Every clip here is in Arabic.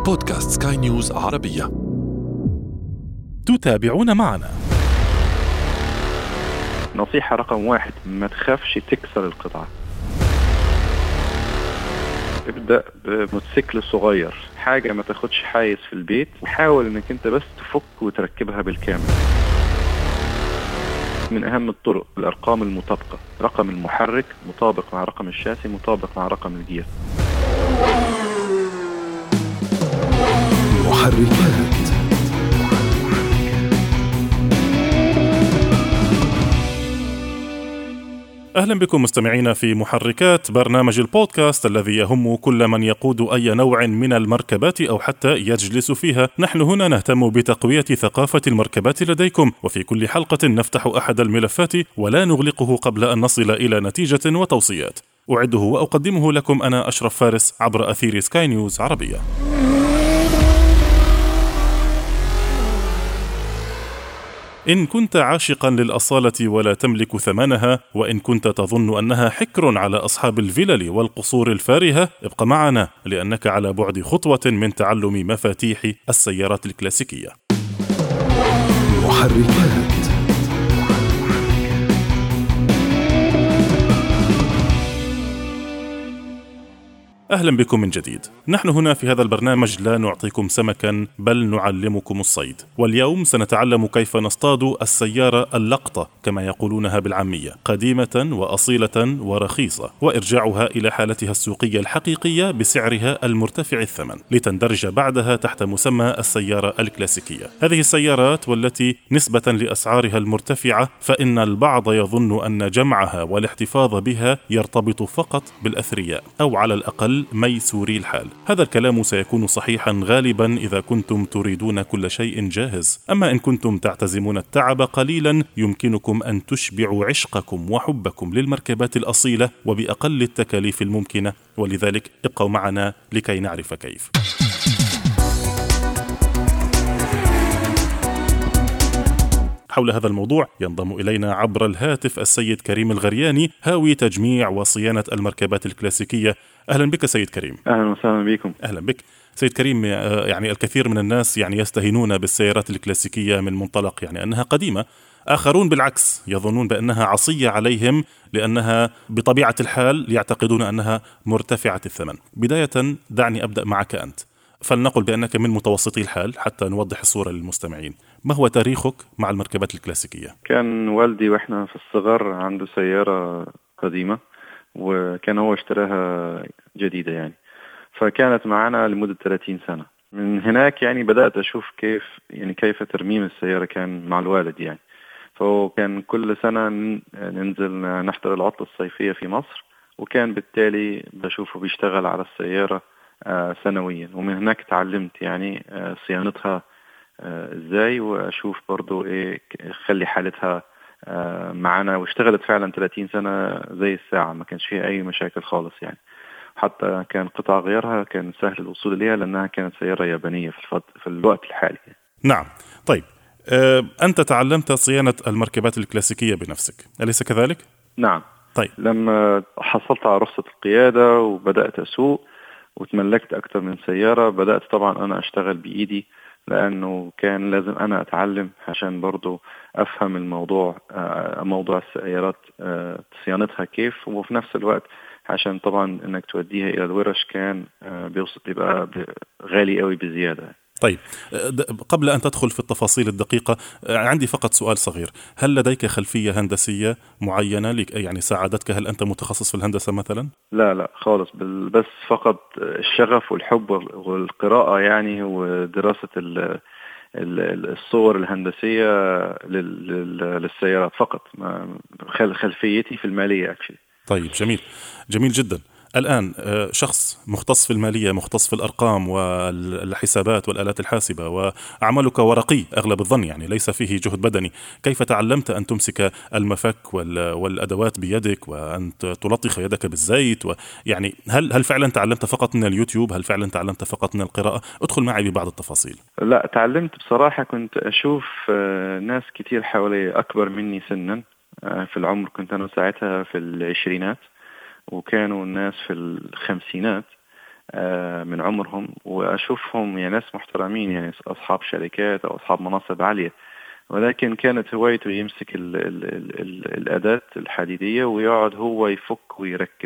بودكاست سكاي نيوز عربية. تتابعون معنا. نصيحة رقم 1: ما تخافش تكسر القطعة. ابدأ بموتوسيكل صغير، حاجة ما تاخدش حيز في البيت، وحاول انك انت بس تفك وتركبها بالكامل. من اهم الطرق الارقام المطابقة، رقم المحرك مطابق مع رقم الشاسي مطابق مع رقم الجير. محركات. أهلا بكم مستمعينا في محركات، برنامج البودكاست الذي يهم كل من يقود أي نوع من المركبات أو حتى يجلس فيها. نحن هنا نهتم بتقوية ثقافة المركبات لديكم، وفي كل حلقة نفتح أحد الملفات ولا نغلقه قبل أن نصل إلى نتيجة وتوصيات. أعده وأقدمه لكم أنا أشرف فارس عبر أثير سكاي نيوز عربية. إن كنت عاشقا للأصالة ولا تملك ثمنها، وإن كنت تظن أنها حكر على أصحاب الفلل والقصور الفارهة، ابق معنا لأنك على بعد خطوة من تعلم مفاتيح السيارات الكلاسيكية. محركات. أهلا بكم من جديد. نحن هنا في هذا البرنامج لا نعطيكم سمكا بل نعلمكم الصيد، واليوم سنتعلم كيف نصطاد السيارة اللقطة كما يقولونها بالعامية، قديمة وأصيلة ورخيصة، وإرجاعها إلى حالتها السوقية الحقيقية بسعرها المرتفع الثمن، لتندرج بعدها تحت مسمى السيارة الكلاسيكية. هذه السيارات والتي نسبة لأسعارها المرتفعة فإن البعض يظن أن جمعها والاحتفاظ بها يرتبط فقط بالأثرياء أو على الأقل ميسوري الحال. هذا الكلام سيكون صحيحا غالبا إذا كنتم تريدون كل شيء جاهز، أما إن كنتم تعتزمون التعب قليلا يمكنكم أن تشبعوا عشقكم وحبكم للمركبات الأصيلة وبأقل التكاليف الممكنة، ولذلك ابقوا معنا لكي نعرف كيف. حول هذا الموضوع ينضم إلينا عبر الهاتف السيد كريم الغرياني، هاوي تجميع وصيانة المركبات الكلاسيكية. أهلا بك سيد كريم. أهلا وسهلا بكم. أهلا بك سيد كريم. يعني الكثير من الناس يستهينون بالسيارات الكلاسيكية من منطلق أنها قديمة، آخرون بالعكس يظنون بأنها عصية عليهم لأنها بطبيعة الحال يعتقدون أنها مرتفعة الثمن. بداية دعني أبدأ معك أنت، فلنقل بأنك من متوسطي الحال حتى نوضح الصورة للمستمعين. ما هو تاريخك مع المركبات الكلاسيكية؟ كان والدي وإحنا في الصغر عنده سيارة قديمة، وكان هو اشتراها جديدة فكانت معنا لمدة 30 سنة. من هناك بدأت أشوف كيف ترميم السيارة كان مع الوالد فهو كان كل سنة ننزل نحضر العطلة الصيفية في مصر، وكان بالتالي بشوفه بيشتغل على السيارة سنويا، ومن هناك تعلمت صيانتها ازاي، واشوف برضو خلي حالتها معنا. واشتغلت فعلا 30 سنة زي الساعة، ما كانش فيها اي مشاكل خالص حتى كان قطع غيارها كان سهل الوصول إليها لأنها كانت سيارة يابانية في الوقت الحالي. نعم. طيب، أنت تعلمت صيانة المركبات الكلاسيكية بنفسك، أليس كذلك؟ نعم. طيب، لما حصلت على رخصة القيادة وبدأت أسوق وتملكت أكثر من سيارة، بدأت طبعا أنا أشتغل بإيدي، لأنه كان لازم أنا أتعلم عشان برضو أفهم الموضوع، موضوع السيارات صيانتها كيف، وفي نفس الوقت عشان طبعا انك توديها الى الورش كان بيبقى غالي قوي بزيادة. طيب، قبل أن تدخل في التفاصيل الدقيقة عندي فقط سؤال صغير. هل لديك خلفية هندسية معينة ساعدتك؟ هل أنت متخصص في الهندسة مثلا؟ لا خالص، بس فقط الشغف والحب والقراءة ودراسة الصور الهندسية للسيارات فقط. خلفيتي في المالية طيب، جميل جدا. الآن شخص مختص في المالية، مختص في الأرقام والحسابات والآلات الحاسبة، وعملك ورقي أغلب الظن، ليس فيه جهد بدني. كيف تعلمت أن تمسك المفك والأدوات بيدك وأن تلطخ يدك بالزيت؟ هل فعلا تعلمت فقط من اليوتيوب؟ هل فعلا تعلمت فقط من القراءة؟ ادخل معي ببعض التفاصيل. لا، تعلمت بصراحة. كنت أشوف ناس كتير حوالي أكبر مني سنا في العمر. كنت أنا ساعتها في العشرينات، وكانوا الناس في الخمسينات. من عمرهم، وأشوفهم يعني ناس محترمين، يعني أصحاب شركات أو أصحاب مناصب عالية، ولكن كانت هوايته يمسك الأداة الحديدية ويقعد هو يفك ويركب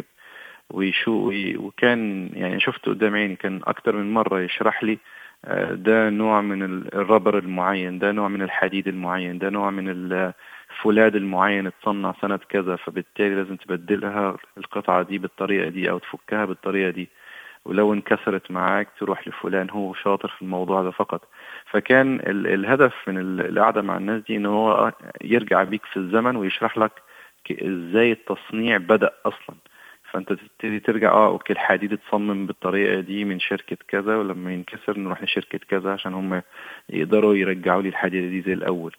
وكان يعني شفته قدام عيني، كان أكتر من مرة يشرح لي ده نوع من الربر المعين، ده نوع من الحديد المعين، ده نوع من الفولاذ المعين اتصنع سنة كذا، فبالتالي لازم تبدلها القطعة دي بالطريقة دي أو تفكها بالطريقة دي، ولو انكسرت معاك تروح لفلان هو شاطر في الموضوع ده فقط. فكان الهدف من القعدة مع الناس دي ان هو يرجع بيك في الزمن ويشرح لك ازاي التصنيع بدأ اصلا. فانت تبتدي ترجع اوكي الحديد اتصمم بالطريقة دي من شركة كذا، ولما ينكسر نروح لشركة كذا عشان هم يقدروا يرجعوا لي الحديد دي زي الاول.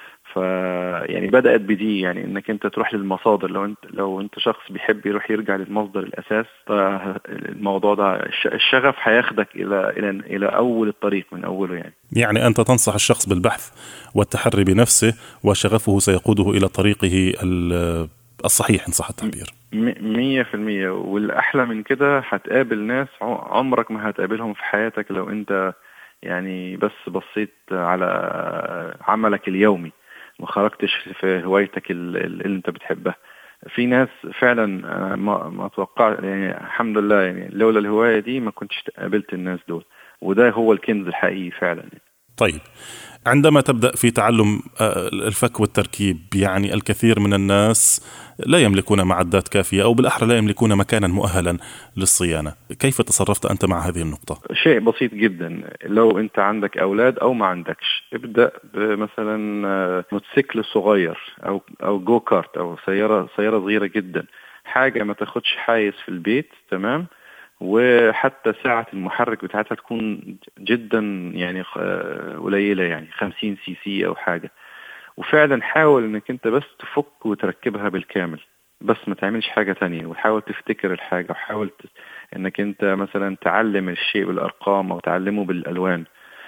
يعني بدأت بدي، يعني انك انت تروح للمصادر. لو انت شخص بيحب يروح يرجع للمصدر الاساس، فالموضوع ده الشغف هياخدك الى اول الطريق من اوله. يعني أنت تنصح الشخص بالبحث والتحري بنفسه، وشغفه سيقوده إلى طريقه الصحيح إن صح التعبير. 100%. والأحلى من كده هتقابل ناس عمرك ما هتقابلهم في حياتك لو انت يعني بس بصيت على عملك اليومي ما خرجتش في هوايتك اللي انت بتحبها. في ناس فعلا ما اتوقع، يعني الحمد لله، يعني لولا الهواية دي ما كنتش قابلت الناس دول، وده هو الكنز الحقيقي فعلا. طيب، عندما تبدأ في تعلم الفك والتركيب، يعني الكثير من الناس لا يملكون معدات كافية، أو بالأحرى لا يملكون مكانا مؤهلا للصيانة. كيف تصرفت أنت مع هذه النقطة؟ شيء بسيط جدا. لو أنت عندك أولاد أو ما عندكش، ابدأ بمثلا موتوسيكل صغير أو جو كارت أو سيارة صغيرة جدا، حاجة ما تاخدش حيز في البيت، تمام؟ وحتى ساعة المحرك بتاعتها تكون جدا يعني قليلة، يعني 50 سي سي أو حاجة. وفعلا حاول انك انت بس تفك وتركبها بالكامل، بس ما تعملش حاجة تانية، وحاول تفتكر الحاجة، وحاول انك انت مثلا تعلم الشيء بالارقام او تعلمه بالالوان.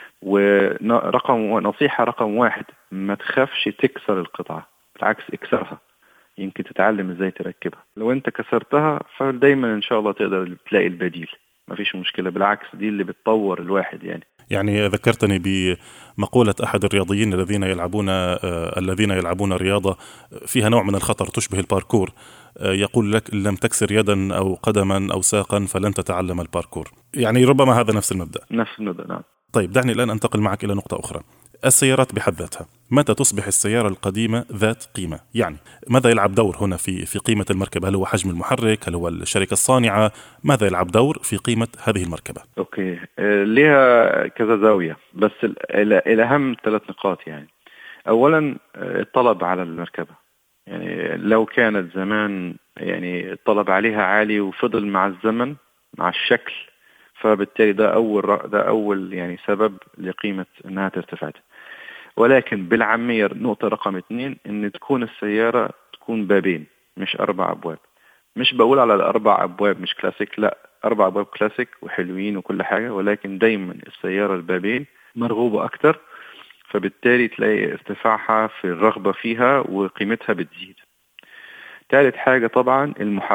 نصيحة رقم 1، ما تخافش تكسر القطعة، بالعكس اكسرها، يمكن تتعلم ازاي تركبها. لو انت كسرتها فدايما ان شاء الله تقدر تلاقي البديل، ما فيش مشكلة، بالعكس دي اللي بتطور الواحد. يعني ذكرتني بمقولة أحد الرياضيين الذين يلعبون رياضة فيها نوع من الخطر تشبه الباركور، يقول لك: إن لم تكسر يدا أو قدما أو ساقا فلن تتعلم الباركور. يعني ربما هذا نفس المبدأ. نعم. طيب، دعني الآن أنتقل معك إلى نقطة أخرى. السيارات بحد ذاتها، متى تصبح السيارة القديمة ذات قيمة؟ يعني ماذا يلعب دور هنا في قيمة المركبة؟ هل هو حجم المحرك؟ هل هو الشركة الصانعة؟ ماذا يلعب دور في قيمة هذه المركبة؟ أوكي، لها كذا زاوية، بس الأهم 3 نقاط. يعني أولا الطلب على المركبة، يعني لو كانت زمان يعني الطلب عليها عالي وفضل مع الزمن مع الشكل، فبالتالي ده أول يعني سبب لقيمة أنها ترتفع. ولكن بالعامية نقطة رقم 2، أن تكون السيارة تكون بابين مش 4 أبواب. مش بقول على 4 أبواب مش كلاسيك، لا، 4 أبواب كلاسيك وحلوين وكل حاجة، ولكن دايما السيارة البابين مرغوبة أكتر، فبالتالي تلاقي ارتفاعها في الرغبة فيها وقيمتها بتزيد. ثالث حاجة طبعا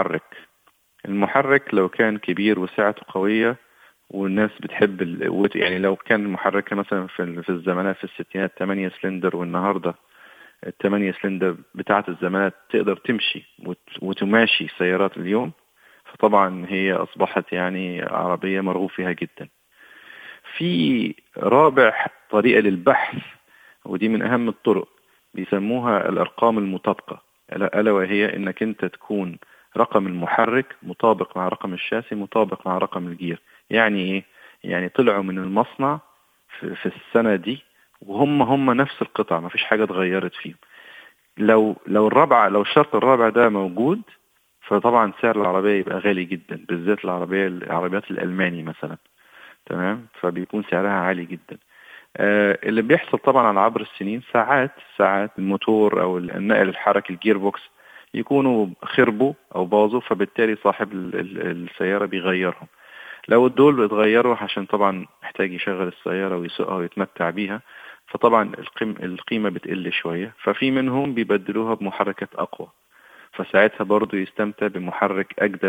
المحرك لو كان كبير وسعته قوية والناس بتحب يعني لو كان المحرك مثلا في الزمانات في الستينات 8 سلندر، والنهاردة ال8 سلندر بتاعت الزمانات تقدر تمشي وتماشي سيارات اليوم، فطبعا هي أصبحت يعني عربية مرغوب فيها جدا. في رابع طريقة للبحث، ودي من أهم الطرق، بيسموها الأرقام المطابقة، ألا وهي إنك أنت تكون رقم المحرك مطابق مع رقم الشاسي مطابق مع رقم الجير. يعني إيه؟ يعني طلعوا من المصنع في السنة دي وهم نفس القطع، ما فيش حاجة اتغيرت فيهم. لو الشرط الرابع ده موجود، فطبعا سعر العربية يبقى غالي جدا، بالذات العربيات الألماني مثلا، تمام؟ فبيكون سعرها عالي جدا. اللي بيحصل طبعا على عبر السنين، ساعات الموتور او النقل الحركي الجير بوكس يكونوا خربوا او باظوا، فبالتالي صاحب السيارة بيغيرهم. لو الدول اتغيروا عشان طبعا محتاج يشغل السيارة ويسوقها ويتمتع بيها، فطبعا القيمة بتقل شوية، ففي منهم بيبدلوها بمحركات أقوى، فساعتها برضو يستمتع بمحرك أجدد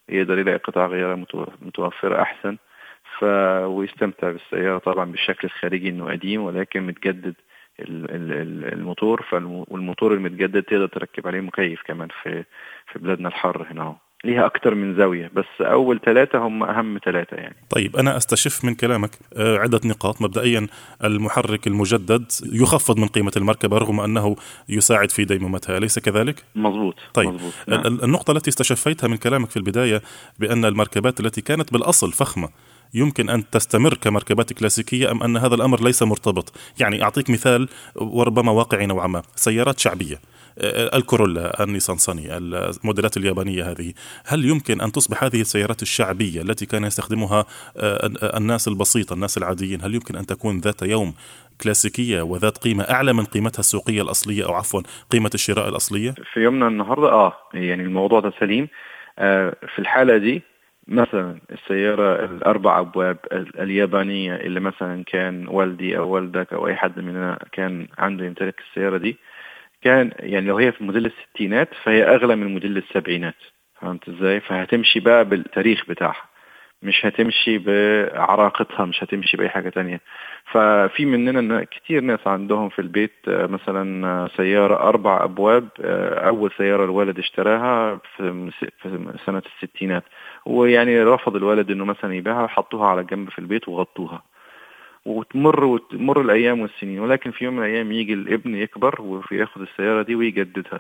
يقدر يلاقي قطع غيار متوفرة أحسن، ويستمتع بالسيارة طبعا بالشكل الخارجي إنه قديم ولكن متجدد الموتور. والموتور المتجدد تقدر تركب عليه مكيف كمان في بلادنا الحر هنا. ليها أكتر من زاوية، بس أول 3 هم أهم 3 يعني. طيب أنا أستشف من كلامك عدة نقاط. مبدئيا المحرك المجدد يخفض من قيمة المركبة رغم أنه يساعد في ديمومتها، أليس كذلك؟ مظبوط. طيب مزبوط. النقطة التي استشفيتها من كلامك في البداية بأن المركبات التي كانت بالأصل فخمة يمكن أن تستمر كمركبات كلاسيكية، أم أن هذا الأمر ليس مرتبط؟ يعني أعطيك مثال وربما واقعي نوعا ما. سيارات شعبية، الكورولا، النيسان صني، الموديلات اليابانية هذه، هل يمكن أن تصبح هذه السيارات الشعبية التي كان يستخدمها الناس البسيطة الناس العاديين، هل يمكن أن تكون ذات يوم كلاسيكية وذات قيمة أعلى من قيمتها السوقية الأصلية، أو عفوا قيمة الشراء الأصلية؟ في يومنا النهاردة يعني الموضوع ده سليم. في الحالة دي مثلا السيارة 4 أبواب اليابانية اللي مثلا كان والدي أو والدك أو أي حد مننا كان عنده يمتلك السيارة دي، كان يعني لو هي في موديل الستينات فهي أغلى من موديل السبعينات. فهمت إزاي؟ فهتمشي بقى بالتاريخ بتاعها، مش هتمشي بعراقتها، مش هتمشي بأي حاجة تانية. ففي مننا كتير ناس عندهم في البيت مثلا سيارة 4 أبواب، أول سيارة الوالد اشتراها في سنة الستينات، ويعني رفض الوالد إنه مثلا يبيعها، حطوها على جنب في البيت وغطوها، وتمر الأيام والسنين. ولكن في يوم من الأيام يجي الابن يكبر وياخد السيارة دي ويجددها.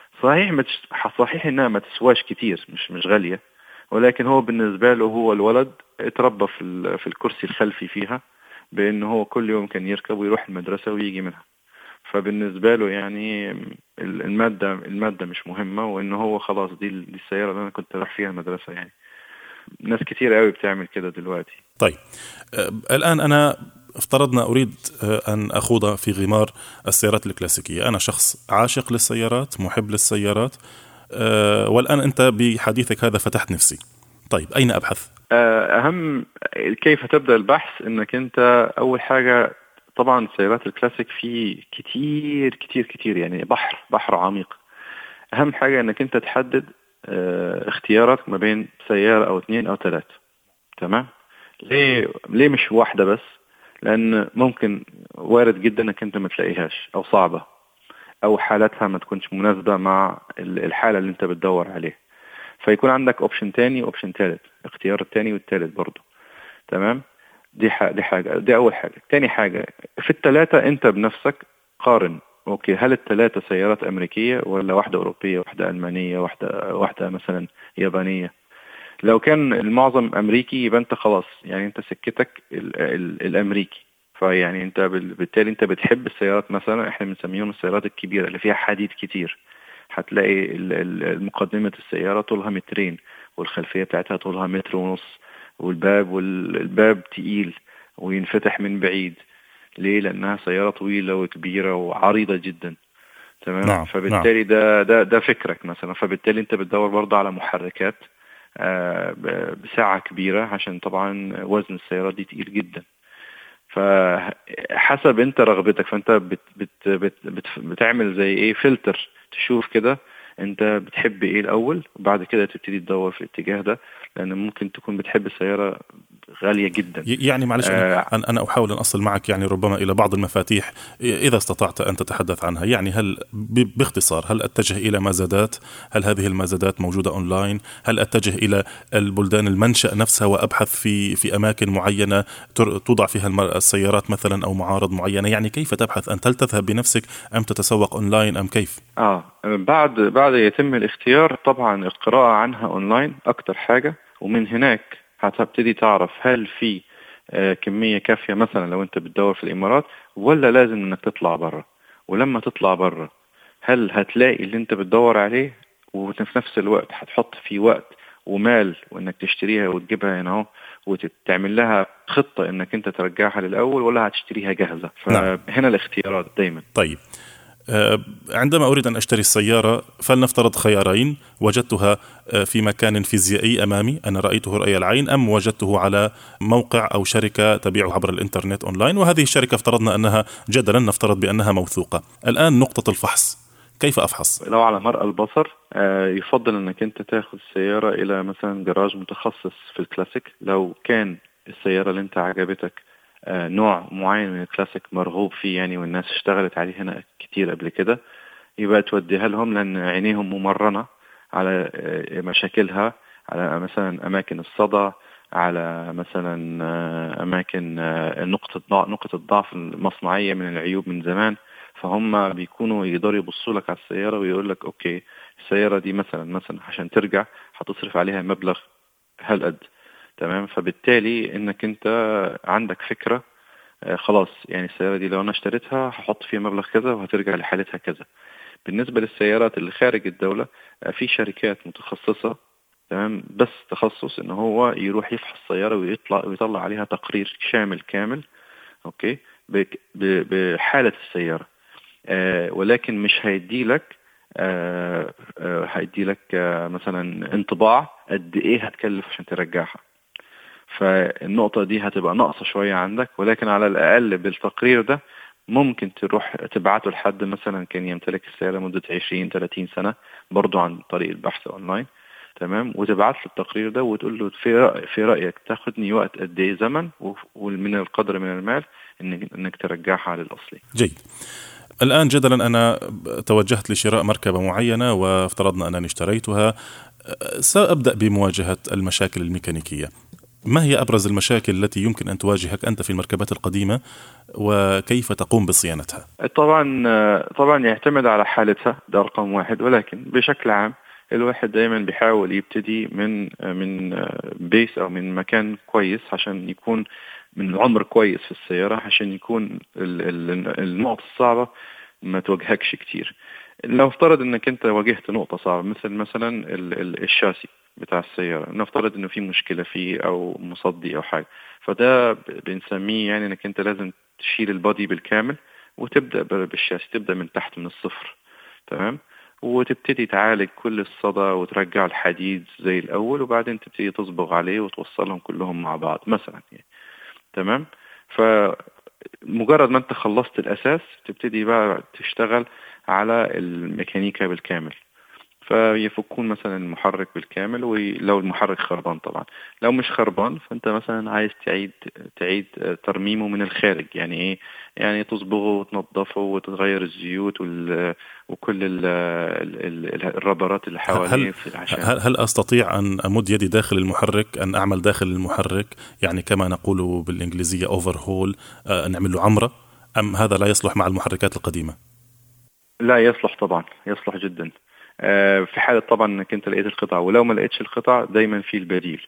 صحيح إنها ما تسواش كتير، مش غالية، ولكن هو بالنسبة له هو الولد اتربى في الكرسي الخلفي فيها، بأنه هو كل يوم كان يركب ويروح المدرسة ويجي منها. فبالنسبة له يعني المادة مش مهمة، وإنه هو خلاص دي السيارة اللي أنا كنت راح فيها المدرسة. يعني ناس كتير قوي بتعمل كده دلوقتي. طيب الآن أنا افترضنا أريد أن أخوض في غمار السيارات الكلاسيكية. أنا شخص عاشق للسيارات، محب للسيارات، والآن أنت بحديثك هذا فتحت نفسي. طيب أين أبحث؟ أهم كيف تبدأ البحث إنك أنت أول حاجة طبعا السيارات الكلاسيك فيه كتير كتير كتير، يعني بحر عميق. أهم حاجة إنك أنت تحدد اختيارك ما بين سيارة أو 2 أو 3. تمام؟ ليه مش واحدة بس؟ لأن ممكن وارد جدا إنك أنت ما تلاقيهاش، أو صعبة، أو حالتها ما تكونش مناسبة مع الحالة اللي أنت بتدور عليها. فيكون عندك اوبشن تاني واوبشن تالت، اختيار التاني والتالت برضو. تمام؟ دي حاجة، دي أول حاجة. تاني حاجة، في ال3 أنت بنفسك قارن. أوكي، هل ال3 سيارات أمريكية ولا واحدة أوروبية، واحدة ألمانية، واحدة مثلا يابانية؟ لو كان المعظم أمريكي يبقى أنت خلاص، يعني أنت سكتك الأمريكي. فيعني أنت بالتالي أنت بتحب السيارات، مثلا إحنا بنسميهم السيارات الكبيرة اللي فيها حديد كتير. هتلاقي مقدمة السيارة طولها 2 متر، والخلفية بتاعتها طولها 1.5 متر، والباب تقيل وينفتح من بعيد. ليه؟ لأنها سيارة طويلة وكبيرة وعريضة جدا. تمام؟ نعم. فبالتالي ده فكرك مثلا. فبالتالي انت بتدور برضه على محركات بسعة كبيرة، عشان طبعا وزن السيارة دي تقيل جدا. فحسب انت رغبتك، فانت بتعمل زي ايه، فلتر، تشوف كده انت بتحب ايه الاول، وبعد كده تبتدي تدور في الاتجاه ده. لان ممكن تكون بتحب السيارة غالية جدا. يعني معلش أنا أحاول أن أصل معك يعني ربما إلى بعض المفاتيح إذا استطعت أن تتحدث عنها. يعني هل باختصار هل أتجه إلى مزادات؟ هل هذه المزادات موجودة أونلاين؟ هل أتجه إلى البلدان المنشأ نفسها وأبحث في أماكن معينة توضع فيها السيارات مثلا، أو معارض معينة؟ يعني كيف تبحث أنت؟ هل تذهب بنفسك أم تتسوق أونلاين أم كيف؟ بعد يتم الاختيار طبعا القراءة عنها أونلاين أكتر حاجة، ومن هناك هتبتدي تعرف هل في كمية كافية مثلا لو انت بتدور في الامارات، ولا لازم انك تطلع برا. ولما تطلع برا هل هتلاقي اللي انت بتدور عليه، وفي نفس الوقت هتحط فيه وقت ومال وانك تشتريها وتجيبها هنا وتعمل لها خطة انك انت ترجعها للاول، ولا هتشتريها جاهزة. فهنا الاختيارات دايما. طيب عندما أريد أن أشتري السيارة فلنفترض خيارين: وجدتها في مكان فيزيائي أمامي أنا رأيته رأي العين، أم وجدته على موقع أو شركة تبيعه عبر الإنترنت أونلاين، وهذه الشركة افترضنا أنها جدلا نفترض بأنها موثوقة. الآن نقطة الفحص، كيف أفحص؟ لو على مرأى البصر يفضل انك انت تاخذ السيارة الى مثلا جراج متخصص في الكلاسيك. لو كان السيارة اللي انت عجبتك نوع معين من الكلاسيك مرغوب فيه يعني، والناس اشتغلت عليه هنا كتير قبل كده، يبقى توديها لهم، لان عينيهم ممرنة على مشاكلها، على مثلا اماكن الصدى، على مثلا اماكن نقطة الضعف المصنعية من العيوب من زمان. فهم بيكونوا يقدروا يبصوا لك على السيارة ويقول لك اوكي، السيارة دي مثلا عشان ترجع هتصرف عليها مبلغ هالقد، تمام. فبالتالي انك انت عندك فكرة خلاص، يعني السيارة دي لو انا اشتريتها هحط فيها مبلغ كذا وهترجع لحالتها كذا. بالنسبة للسيارات اللي خارج الدولة في شركات متخصصة، تمام، بس تخصص ان هو يروح يفحص السيارة ويطلع عليها تقرير شامل كامل، اوكي، بحالة السيارة. ولكن مش هيدي لك مثلا انطباع قد ايه هتكلف عشان ترجعها. فالنقطة دي هتبقى ناقصة شوية عندك، ولكن على الأقل بالتقرير ده ممكن تروح تبعته لحد مثلا كان يمتلك السيارة مدة 20-30 سنة، برضو عن طريق البحث أونلاين، تمام، وتبعت له التقرير ده وتقول له في رأيك تاخدني وقت قد ايه زمن ومن القدر من المال انك ترجعها للأصلي. جيد. الآن جدلا أنا توجهت لشراء مركبة معينة وافترضنا أنني اشتريتها، سأبدأ بمواجهة المشاكل الميكانيكية. ما هي أبرز المشاكل التي يمكن أن تواجهك أنت في المركبات القديمة وكيف تقوم بصيانتها؟ طبعا يعتمد على حالتها، ده رقم واحد، ولكن بشكل عام الواحد دايما بيحاول يبتدي من بيس أو من مكان كويس عشان يكون من عمر كويس في السيارة، عشان يكون النقط الصعبة ما تواجهكش كتير. لو افترض انك انت واجهت نقطة صعبة مثلا الشاسي بتاع السيارة، نفترض انه في مشكلة فيه او مصدي او حاجة، فده بنسميه يعني انك انت لازم تشيل البادي بالكامل وتبدأ بالشاسي، تبدأ من تحت من الصفر، تمام، وتبتدي تعالج كل الصدى وترجع الحديد زي الأول، وبعدين تبتدي تصبغ عليه وتوصلهم كلهم مع بعض مثلا يعني، تمام. فمجرد ما انت خلصت الأساس تبتدي بقى تشتغل على الميكانيكا بالكامل. فيفكون مثلا المحرك بالكامل، ولو المحرك خربان طبعا، لو مش خربان فانت مثلا عايز تعيد ترميمه من الخارج. يعني ايه؟ يعني تصبغه وتنظفه وتغير الزيوت وكل الربرات اللي حواليه. هل أستطيع أن أمد يدي داخل المحرك، أن أعمل داخل المحرك يعني كما نقول بالإنجليزية overhaul، نعمل له عمرة، أم هذا لا يصلح مع المحركات القديمة؟ لا، يصلح طبعا، يصلح جدا في حالة طبعا انك انت لقيت القطع. ولو ما لقيتش القطع دايما في البديل.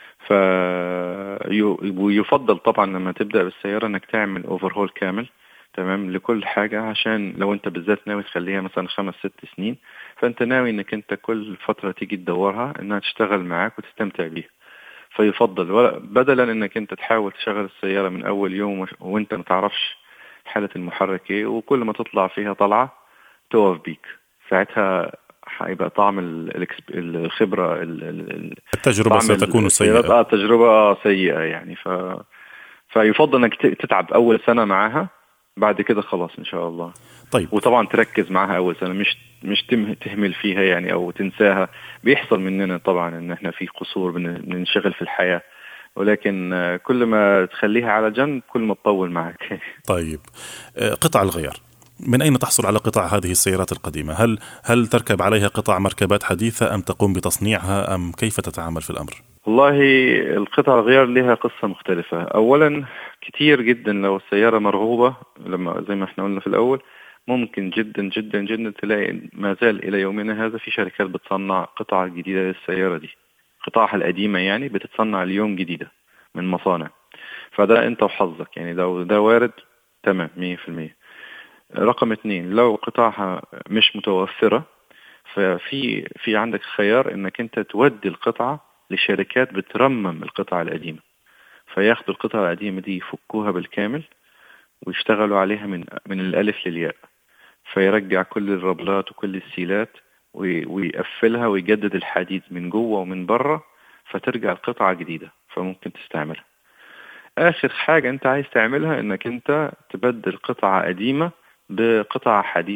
ويفضل طبعا لما تبدأ بالسيارة انك تعمل اوفرهول كامل، تمام، لكل حاجة، عشان لو انت بالذات ناوي تخليها مثلا 5-6 سنين، فانت ناوي انك انت كل فترة تيجي تدورها انها تشتغل معاك وتستمتع بيها. فيفضل بدلا انك انت تحاول تشغل السيارة من اول يوم وانت ما تعرفش حالة المحرك ايه، وكل ما تطلع فيها طلعة توقف بيك، ساعتها هيبقى طعم الخبرة التجربة ستكون سيئة. تجربة سيئة يعني. فيفضل انك تتعب اول سنة معاها، بعد كده خلاص ان شاء الله. طيب. وطبعا تركز معاها اول سنة، مش تهمل فيها يعني او تنساها. بيحصل مننا طبعا ان احنا في قصور بننشغل في الحياة، ولكن كل ما تخليها على جنب كل ما تطول معك. طيب، قطع الغيار، من أين تحصل على قطع هذه السيارات القديمة؟ هل تركب عليها قطع مركبات حديثة أم تقوم بتصنيعها أم كيف تتعامل في الأمر؟ والله القطع الغيار لها قصة مختلفة. أولا كتير جدا لو السيارة مرغوبة، لما زي ما احنا قلنا في الأول، ممكن جدا جدا جدا تلاقي ما زال إلى يومنا هذا في شركات بتصنع قطع جديدة للسيارة دي، قطعها القديمة يعني بتتصنع اليوم جديدة من مصانع. فده انت وحظك يعني، ده وارد، تمام، 100%. رقم 2، لو قطعها مش متوفرة، في عندك خيار انك انت تودي القطعة لشركات بترمم القطعة القديمة، فياخدوا القطعة القديمة دي يفكوها بالكامل ويشتغلوا عليها من الألف للياء، فيرجع كل الربلات وكل السيلات ويقفلها ويجدد الحديد من جوه ومن بره، فترجع القطعة جديدة فممكن تستعملها. آخر حاجة انت عايز تعملها انك انت تبدل قطعة قديمة بقطعة حديثة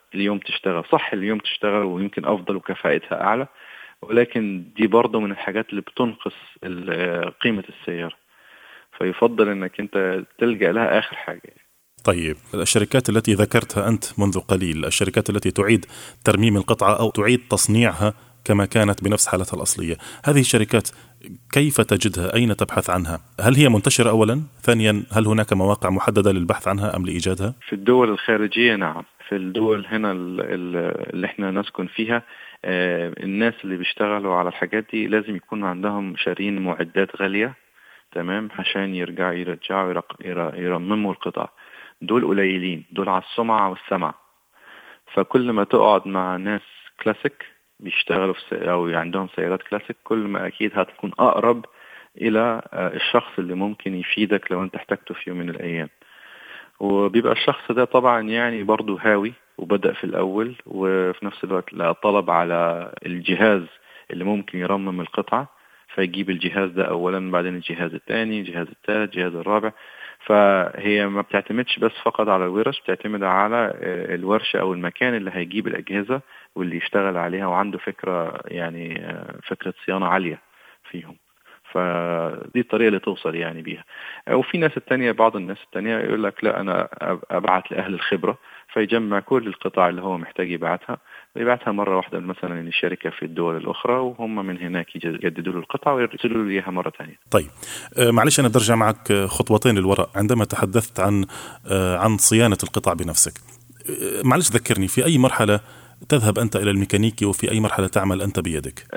اليوم تشتغل صح، اليوم تشتغل ويمكن أفضل وكفاءتها أعلى، ولكن دي برضه من الحاجات اللي بتنقص قيمة السيارة، فيفضل أنك أنت تلجأ لها آخر حاجة. طيب الشركات التي ذكرتها أنت منذ قليل، الشركات التي تعيد ترميم القطعة أو تعيد تصنيعها كما كانت بنفس حالتها الأصلية، هذه الشركات كيف تجدها؟ أين تبحث عنها؟ هل هي منتشرة أولا؟ ثانيا، هل هناك مواقع محددة للبحث عنها أم لإيجادها؟ في الدول الخارجية نعم، في الدول هنا اللي احنا نسكن فيها الناس اللي بيشتغلوا على الحاجات دي لازم يكون عندهم شارين معدات غالية، تمام، عشان يرجعوا يرمموا القطع. دول قليلين، دول على السمعة والسمع. فكل ما تقعد مع ناس كلاسيك بيشتغلوا أو عندهم سيارات كلاسيك، كل ما أكيد هتكون أقرب إلى الشخص اللي ممكن يفيدك لو أنت احتجته في يوم من الأيام. وبيبقى الشخص ده طبعا يعني برضو هاوي وبدأ في الأول، وفي نفس الوقت لا طلب على الجهاز اللي ممكن يرمم القطعة، فيجيب الجهاز ده أولا، بعدين الجهاز الثاني، الجهاز الثالث، الجهاز الرابع. فهي ما بتعتمدش بس فقط على الورش، بتعتمد على الورشة أو المكان اللي هيجيب الأجهزة واللي يشتغل عليها وعنده فكرة يعني فكرة صيانة عالية فيهم. فدي الطريقة اللي توصل يعني بيها. وفي ناس التانية، بعض الناس التانية يقول لك لا أنا أبعت لأهل الخبرة، فيجمع كل القطع اللي هو محتاج يبعتها ويبعتها مرة واحدة مثلا للشركة في الدول الأخرى، وهم من هناك يجددوا له القطع ويرسلوا له إياها مرة تانية. طيب معلش أنا برجع معك خطوتين للوراء عندما تحدثت عن صيانة القطع بنفسك. معلش ذكرني، في أي مرحلة تذهب أنت إلى الميكانيكي وفي أي مرحلة تعمل أنت بيدك؟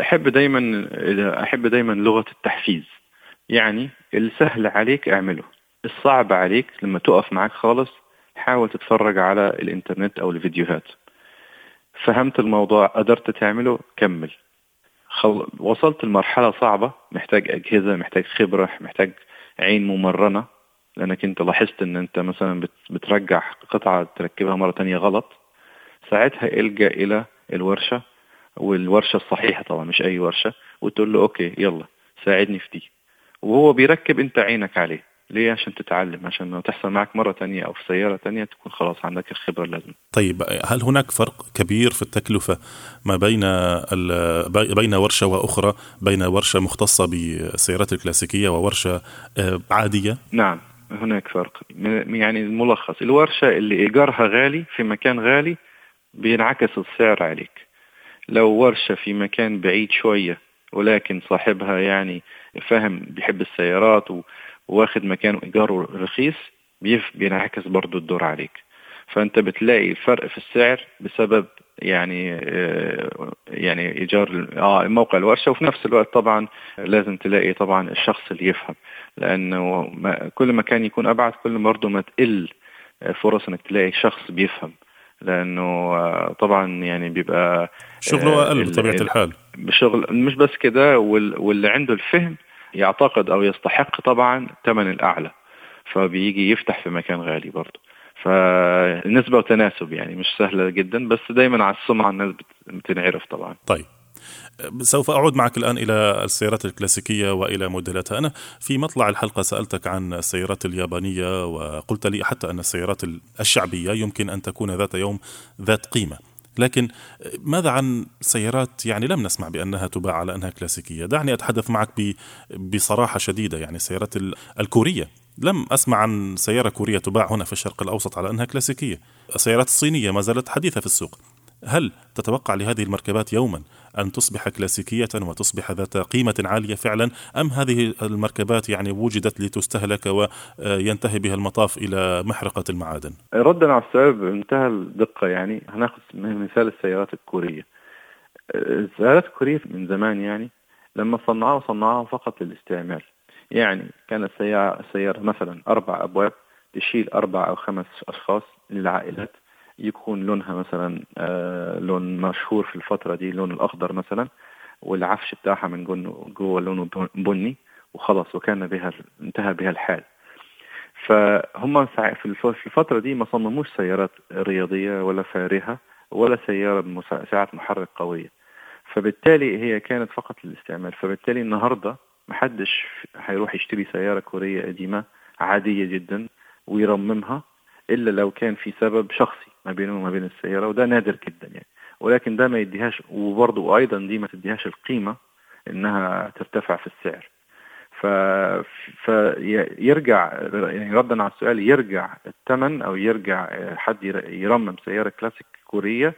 أحب دايما لغة التحفيز، يعني السهل عليك اعمله، الصعب عليك لما تقف معك خالص حاول تتفرج على الانترنت أو الفيديوهات. فهمت الموضوع قدرت تعمله كمل. وصلت لمرحلة صعبة، محتاج أجهزة، محتاج خبرة، محتاج عين ممرنة، لأنك أنت لاحظت أن أنت مثلا بترجع قطعة تركبها مرة تانية غلط، ساعتها الجأ إلى الورشة، والورشة الصحيحة طبعا مش أي ورشة، وتقول له أوكي يلا ساعدني في دي، وهو بيركب أنت عينك عليه. ليه؟ عشان تتعلم، عشان لو تحصل معك مرة تانية أو في سيارة تانية تكون خلاص عندك الخبرة اللازمة. طيب هل هناك فرق كبير في التكلفة ما بين ورشة وأخرى، بين ورشة مختصة بالسيارات الكلاسيكية وورشة عادية؟ نعم هناك فرق. يعني الملخص، الورشة اللي إيجارها غالي في مكان غالي بينعكس السعر عليك. لو ورشة في مكان بعيد شوية ولكن صاحبها يعني فاهم بيحب السيارات واخد مكان إيجاره رخيص، بينعكس برضو الدور عليك. فأنت بتلاقي فرق في السعر بسبب يعني إيجار موقع الورشة، وفي نفس الوقت طبعا لازم تلاقي طبعا الشخص اللي يفهم، لأنه كل ما كان يكون أبعد كل ما برضو ما تقل فرص أنك تلاقي شخص بيفهم، لأنه طبعا يعني بيبقى شغله أقل بطبيعة الحال. بشغل مش بس كده، واللي عنده الفهم يعتقد أو يستحق طبعا ثمن الأعلى، فبيجي يفتح في مكان غالي برضه. فالنسبة وتناسب يعني مش سهلة جدا، بس دايما على السمعة الناس بتنعرف طبعا. طيب سوف أعود معك الآن إلى السيارات الكلاسيكية وإلى موديلاتها. أنا في مطلع الحلقة سألتك عن السيارات اليابانية وقلت لي حتى أن السيارات الشعبية يمكن أن تكون ذات يوم ذات قيمة، لكن ماذا عن سيارات يعني لم نسمع بأنها تباع على أنها كلاسيكية؟ دعني أتحدث معك بصراحة شديدة. يعني السيارات الكورية، لم أسمع عن سيارة كورية تباع هنا في الشرق الأوسط على أنها كلاسيكية. السيارات الصينية ما زالت حديثة في السوق. هل تتوقع لهذه المركبات يوما أن تصبح كلاسيكية وتصبح ذات قيمة عالية فعلا، أم هذه المركبات يعني وجدت لتستهلك وينتهي بها المطاف إلى محرقة المعادن؟ ردا على السؤال بمنتهى الدقة، يعني هناخذ مثال السيارات الكورية. السيارات الكورية من زمان يعني لما صنعوها فقط للاستعمال. يعني كانت سيارة مثلا 4 أبواب تشيل 4 أو 5 أشخاص للعائلات، يكون لونها مثلا لون مشهور في الفترة دي لون الأخضر مثلا، والعفش بتاعها من جوه لونه بني، وخلاص وكان انتهى بها الحال. فهم في الفترة دي ما صمموش سيارات رياضية ولا فارهة ولا سيارة بسعة محرك قوية، فبالتالي هي كانت فقط للاستعمال. فبالتالي النهاردة محدش هيروح يشتري سيارة كورية قديمة عادية جدا ويرممها إلا لو كان في سبب شخصي ما بينه وما بين السيارة، وده نادر جدا يعني. ولكن ده ما يديهاش، وبرضه أيضا دي ما تديهاش القيمة إنها ترتفع في السعر. فيرجع يعني ردا على السؤال، يرجع الثمن أو يرجع حد يرمم سيارة كلاسيك كورية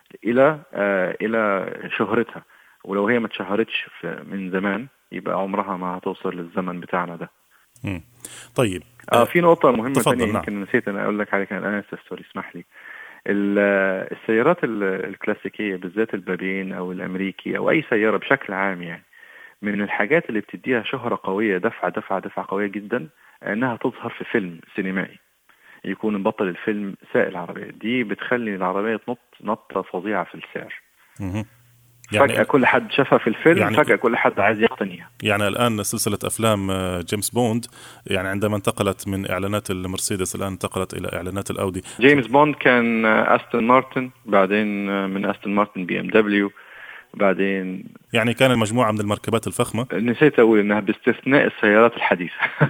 إلى شهرتها. ولو هي ما اتشهرتش من زمان يبقى عمرها ما هتوصل للزمن بتاعنا ده. طيب في نقطة مهمة ثانية نعم. يمكن نسيت أنا أقول لك عليها، أنا سوري اسمح لي. السيارات الكلاسيكية بالذات البابين أو الأمريكي أو أي سيارة بشكل عام يعني، من الحاجات اللي بتديها شهرة قوية دفعة قوية جدا أنها تظهر في فيلم سينمائي، يكون بطل الفيلم سائق العربية. دي بتخلي العربية تنط نطة فظيعة في السعر. يعني فجأة كل حد شافها في الفيلم، يعني فجأة كل حد عايز يقتنيها. يعني الآن سلسلة أفلام جيمس بوند، يعني عندما انتقلت من إعلانات المرسيدس الآن انتقلت إلى إعلانات الأودي. جيمس بوند كان أستون مارتن، بعدين من أستون مارتن BMW، بعدين يعني كان مجموعة من المركبات الفخمة. نسيت أقول إنها باستثناء السيارات الحديثة.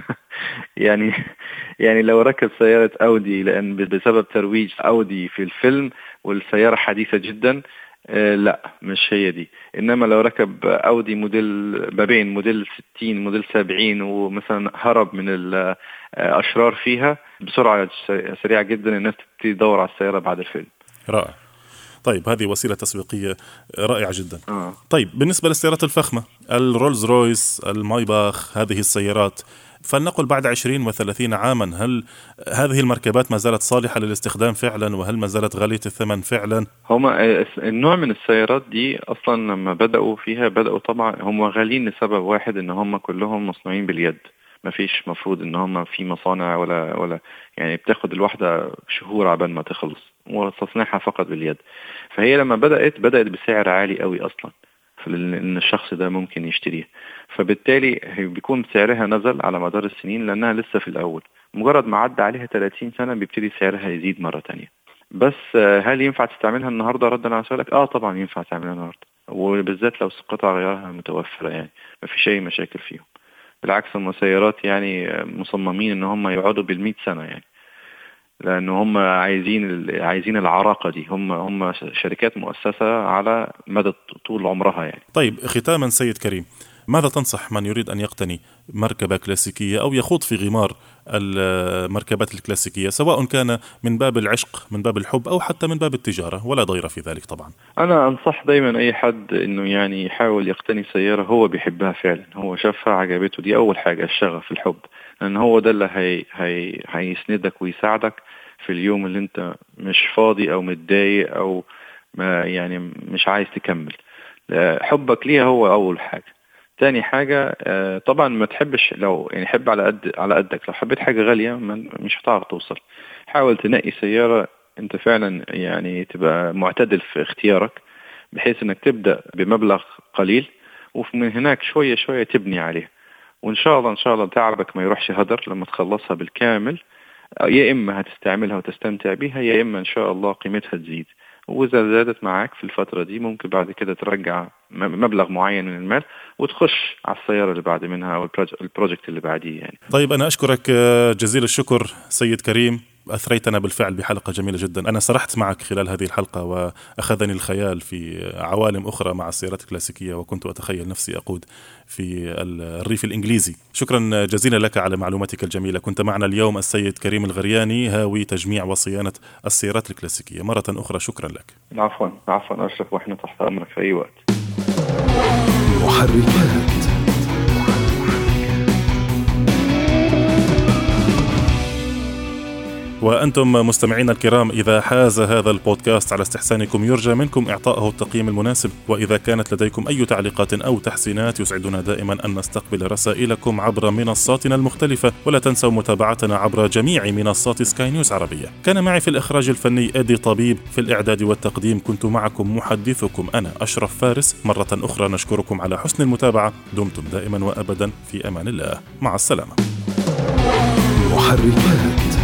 يعني لو ركب سيارة أودي لأن بسبب ترويج أودي في الفيلم والسيارة حديثة جدا، لا مش هي دي. إنما لو ركب أودي موديل بابين، موديل 60 موديل 70، ومثلا هرب من الأشرار فيها بسرعة سريعة جدا، الناس تبتدي تدور على السيارة بعد الفيلم. رائع. طيب هذه وسيلة تسويقية رائعة جدا. طيب بالنسبة للسيارات الفخمة، الرولز رويس، المايباخ، هذه السيارات، فلنقل بعد 20 و30 عاما، هل هذه المركبات ما زالت صالحة للاستخدام فعلا؟ وهل ما زالت غالية الثمن فعلا؟ هما النوع من السيارات دي أصلا لما بدأوا فيها بدأوا طبعا هم غاليين لسبب واحد، إن هم كلهم مصنوعين باليد. ما فيش مفروض إن هم في مصانع ولا يعني بتاخد الواحدة شهور عبال ما تخلص، وتصنيعها فقط باليد. فهي لما بدأت بسعر عالي قوي أصلا، إن الشخص ده ممكن يشتريه، فبالتالي بيكون سعرها نزل على مدار السنين لأنها لسه في الأول. مجرد ما عدى عليها 30 سنة بيبتدي سعرها يزيد مرة تانية. بس هل ينفع تستعملها النهاردة؟ ردا على سؤالك، طبعا ينفع تعملها النهاردة، وبالذات لو قطع غيارها متوفرة، يعني ما في شيء مشاكل فيهم. بالعكس هم سيارات يعني مصممين ان هم يقعدوا بال100 سنة يعني، لأنه هم عايزين العراقة دي. هم شركات مؤسسة على مدى طول عمرها يعني. طيب ختاما سيد كريم، ماذا تنصح من يريد أن يقتني مركبة كلاسيكية أو يخوض في غمار المركبات الكلاسيكية، سواء كان من باب العشق، من باب الحب، أو حتى من باب التجارة، ولا ضير في ذلك طبعا؟ أنا أنصح دايما أي حد إنه يعني يحاول يقتني سيارة هو بيحبها فعلا، هو شافها عجبته. دي أول حاجة، الشغف، الحب، لأن هو ده اللي هيسندك ويساعدك في اليوم اللي أنت مش فاضي أو متضايق أو ما يعني مش عايز تكمل. حبك ليها هو أول حاجة. تاني حاجة طبعا ما تحبش، لو يعني حب على قدك. لو حبيت حاجة غالية مش هتعرف توصل. حاول تنقي سيارة انت فعلا يعني تبقى معتدل في اختيارك، بحيث انك تبدأ بمبلغ قليل ومن هناك شوية شوية تبني عليه. وان شاء الله تعبك ما يروحش هدر لما تخلصها بالكامل. يا اما هتستعملها وتستمتع بيها، يا اما ان شاء الله قيمتها تزيد. وإذا زادت معاك في الفترة دي ممكن بعد كده ترجع مبلغ معين من المال وتخش على السيارة اللي بعد منها أو البروجكت اللي بعديه يعني. طيب أنا أشكرك جزيل الشكر سيد كريم، أثريتنا بالفعل بحلقة جميلة جدا. أنا سرحت معك خلال هذه الحلقة وأخذني الخيال في عوالم أخرى مع السيارات الكلاسيكية، وكنت أتخيل نفسي أقود في الريف الإنجليزي. شكرا جزيلا لك على معلوماتك الجميلة. كنت معنا اليوم السيد كريم الغرياني، هاوي تجميع وصيانة السيارات الكلاسيكية. مرة أخرى شكرا لك. عفوا أشرف، وإحنا تحت أمرك في أي وقت. محركات. وأنتم مستمعين الكرام، إذا حاز هذا البودكاست على استحسانكم يرجى منكم إعطائه التقييم المناسب. وإذا كانت لديكم أي تعليقات أو تحسينات يسعدنا دائما أن نستقبل رسائلكم عبر منصاتنا المختلفة. ولا تنسوا متابعتنا عبر جميع منصات سكاي نيوز عربية. كان معي في الإخراج الفني أدي طبيب، في الإعداد والتقديم كنت معكم محدثكم أنا أشرف فارس. مرة أخرى نشكركم على حسن المتابعة. دمتم دائما وأبدا في أمان الله. مع السلامة. محركات.